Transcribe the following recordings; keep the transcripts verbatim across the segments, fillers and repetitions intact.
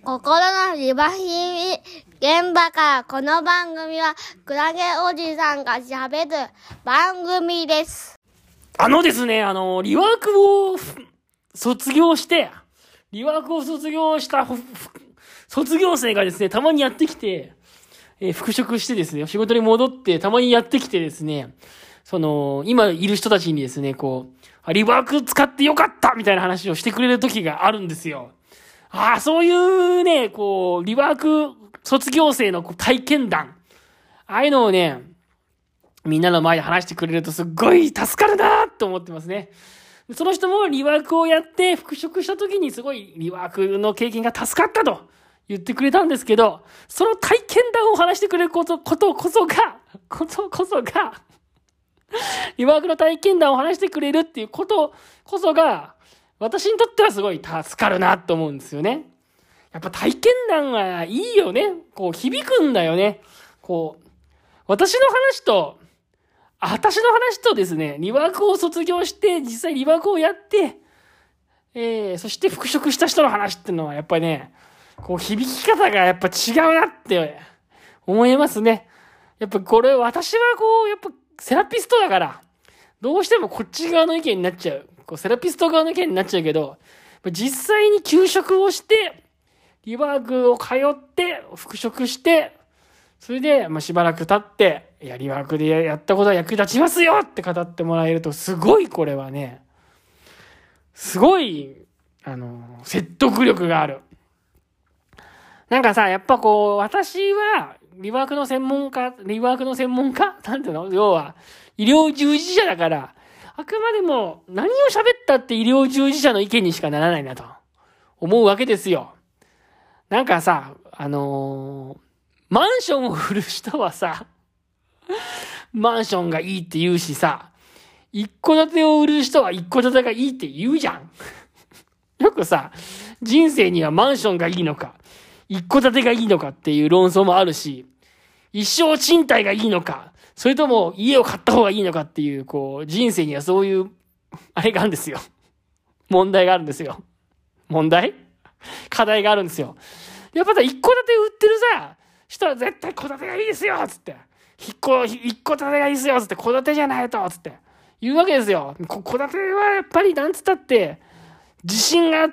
心のリバヒミ現場からこの番組はクラゲおじさんが喋る番組です。 あのですね、あの、リワークを卒業して、リワークを卒業した卒業生がですね、たまにやってきて、えー、復職してですね、仕事に戻ってたまにやってきてですね、その、今いる人たちにですね、こう、リワーク使ってよかったみたいな話をしてくれる時があるんですよ。ああ、そういうね、こう、リワーク卒業生の体験談。ああいうのをね、みんなの前で話してくれるとすっごい助かるなと思ってますね。その人もリワークをやって復職した時にすごいリワークの経験が助かったと言ってくれたんですけど、その体験談を話してくれること、ことこそが、ことこそが、リワークの体験談を話してくれるっていうことこそが、私にとってはすごい助かるなと思うんですよね。やっぱ体験談はいいよね。こう響くんだよね。こう、私の話と、私の話とですね、リワークを卒業して、実際リワークをやって、えー、そして復職した人の話っていうのはやっぱりね、こう響き方がやっぱ違うなって思いますね。やっぱこれ私はこう、やっぱセラピストだから、どうしてもこっち側の意見になっちゃう。こうセラピスト側の意見になっちゃうけど、実際に休職をして、リワークを通って、復職して、それで、まあ、しばらく経って、いや、リワークでやったことは役立ちますよって語ってもらえると、すごいこれはね、すごい、あの、説得力がある。なんかさ、やっぱこう、私は、リワークの専門家、リワークの専門家なんていうの？要は、医療従事者だから、あくまでも何を喋ったって医療従事者の意見にしかならないなと思うわけですよ。なんかさ、あのー、マンションを売る人はさ、マンションがいいって言うしさ、一戸建てを売る人は一戸建てがいいって言うじゃん。よくさ、人生にはマンションがいいのか、一戸建てがいいのかっていう論争もあるし、一生賃貸がいいのか、それとも家を買った方がいいのかっていう、こう、人生にはそういう、あれがあるんですよ。問題があるんですよ。問題？課題があるんですよ。やっぱさ、一戸建て売ってるさ、人は絶対戸建てがいいですよつって。一戸、一戸建てがいいですよつって、戸建てじゃないとつって。言うわけですよ。戸建てはやっぱりなんつったって、地震があって、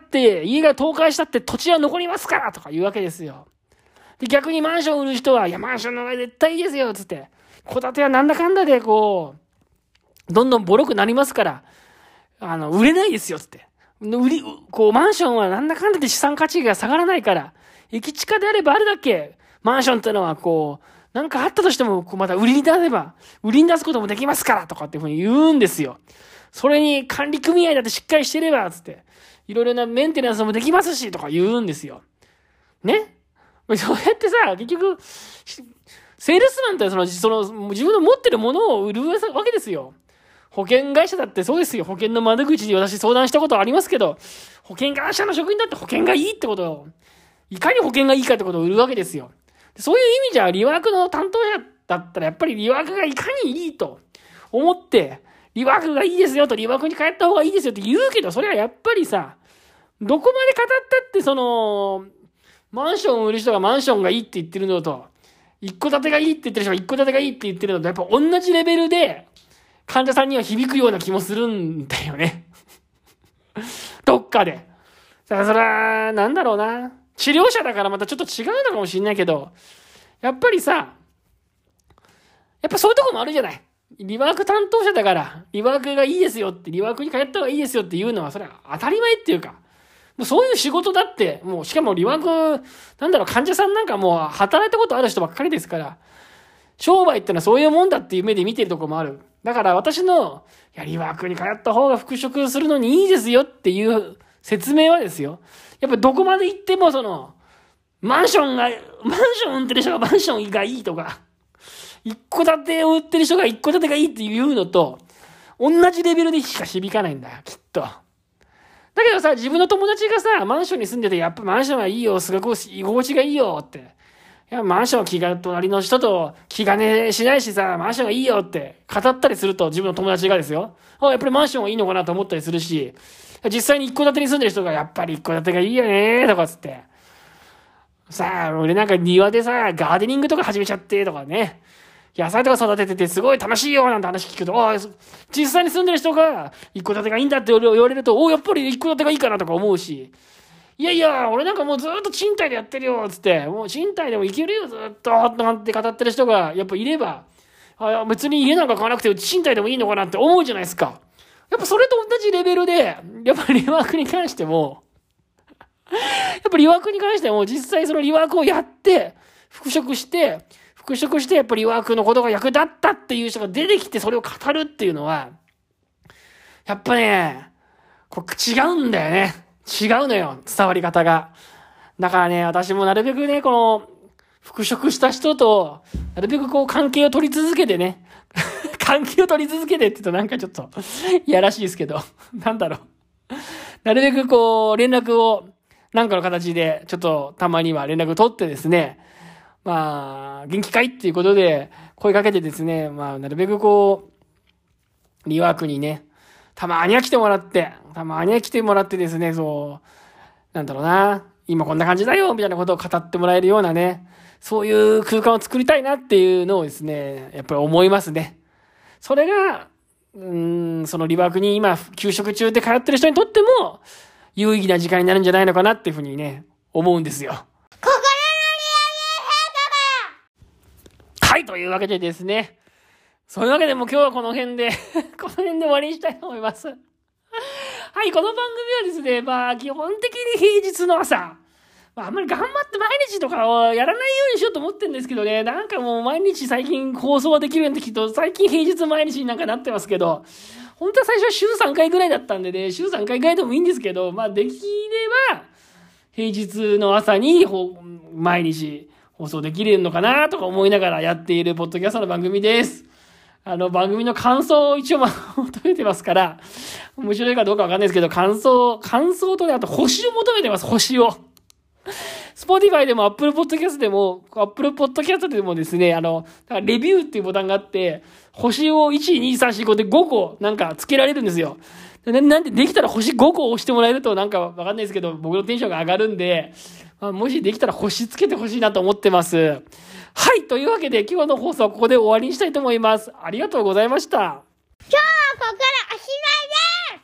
家が倒壊したって土地は残りますからとか言うわけですよ。で、逆にマンション売る人は、いや、マンションの方が絶対いいですよつって。戸建てはなんだかんだでこう、どんどんボロくなりますから、あの、売れないですよつって。売り、こう、マンションはなんだかんだで資産価値が下がらないから、駅地下であればあるだけ、マンションってのはこう、なんかあったとしても、こうまた売りに出せば、売りに出すこともできますからとかっていうふうに言うんですよ。それに管理組合だってしっかりしてれば、つって、いろいろなメンテナンスもできますし、とか言うんですよ。ね？そうやってさ、結局、セールスマンってその、その、自分の持ってるものを売るわけですよ。保険会社だってそうですよ。保険の窓口で私相談したことありますけど、保険会社の職員だって保険がいいってことを、いかに保険がいいかってことを売るわけですよ。そういう意味じゃ、リワークの担当者だったら、やっぱりリワークがいかにいいと思って、リワークがいいですよと、リワークに帰った方がいいですよって言うけど、それはやっぱりさ、どこまで語ったって、その、マンションを売る人がマンションがいいって言ってるのと、一戸建てがいいって言ってる人が一戸建てがいいって言ってるのと、やっぱ同じレベルで、患者さんには響くような気もするんだよね。どっかで。だからそれは、なんだろうな。治療者だからまたちょっと違うのかもしれないけど、やっぱりさ、やっぱそういうとこもあるじゃない。リワーク担当者だから、リワークがいいですよって、リワークに通った方がいいですよっていうのは、それは当たり前っていうか、もうそういう仕事だって、もうしかもリワーク、なんだろう、患者さんなんかもう働いたことある人ばっかりですから、商売ってのはそういうもんだっていう目で見てるとこもある。だから私の、いや、リワークに通った方が復職するのにいいですよっていう説明はですよ。やっぱどこまで行ってもその、マンションが、マンション売ってる人がマンションがいいとか、一戸建てを売ってる人が一戸建てがいいっていうのと、同じレベルでしか響かないんだよ、きっと。だけどさ、自分の友達がさ、マンションに住んでて、やっぱマンションはいいよ、すごく居心地がいいよって。いや、マンションは気が、隣の人と気兼ねしないしさ、マンションがいいよって語ったりすると、自分の友達がですよ。あ、やっぱりマンションはいいのかなと思ったりするし、実際に一戸建てに住んでる人が、やっぱり一戸建てがいいよねとかつって。 さあ、俺なんか庭でさ、ガーデニングとか始めちゃってとかね。野菜とか育てててすごい楽しいよなんて話聞くと、ああ、実際に住んでる人が一戸建てがいいんだって言われると、おお、やっぱり一戸建てがいいかなとか思うし、いやいや、俺なんかもうずっと賃貸でやってるよ、つって、もう賃貸でもいけるよ、ずっと、なんて語ってる人がやっぱいれば、あ別に家なんか買わなくて賃貸でもいいのかなって思うじゃないですか。やっぱそれと同じレベルで、やっぱりリワークに関しても、やっぱりリワークに関しても実際そのリワークをやって、復職して、復職してやっぱりリワークのことが役立ったっていう人が出てきてそれを語るっていうのは、やっぱね、これ違うんだよね。違うのよ、伝わり方が。だからね、私もなるべくね、この、復職した人と、なるべくこう関係を取り続けてね、関係を取り続けてって言うとなんかちょっと、いやらしいですけど、なんだろう。なるべくこう、連絡を、なんかの形で、ちょっとたまには連絡を取ってですね、まあ、元気かいっていうことで、声かけてですね、まあ、なるべくこう、リワークにね、たまには来てもらって、たまには来てもらってですね、そう、なんだろうな、今こんな感じだよ、みたいなことを語ってもらえるようなね、そういう空間を作りたいなっていうのをですね、やっぱり思いますね。それが、うーん、そのリワークに今、休職中で通ってる人にとっても、有意義な時間になるんじゃないのかなっていうふうにね、思うんですよ。 心のリアル変化が。 はい、というわけでですね。そういうわけでもう今日はこの辺で、この辺で終わりにしたいと思います。はい、この番組はですね、まあ、基本的に平日の朝、まあ、あんまり頑張って毎日とかをやらないようにしようと思ってるんですけどね、なんかもう毎日最近放送はできるようになってきて、最近平日毎日になんかなってますけど、本当は最初は週さんかいぐらいだったんでね、週さんかいぐらいでもいいんですけど、まあ、できれば、平日の朝に毎日放送できるのかなとか思いながらやっているポッドキャストの番組です。あの、番組の感想を一応求めてますから、面白いかどうかわかんないですけど、感想、感想とね、あと星を求めてます、星を。Spotify でも Apple Podcast でも、Apple Podcast でもですね、あの、レビューっていうボタンがあって、星をいち、に、さん、よん、ごでごこなんかつけられるんですよ。な, なんでできたら星ごこ押してもらえるとなんかわかんないですけど、僕のテンションが上がるんで、まあ、もしできたら星つけてほしいなと思ってます。はい、というわけで今日の放送はここで終わりにしたいと思います。ありがとうございました。 今日はここ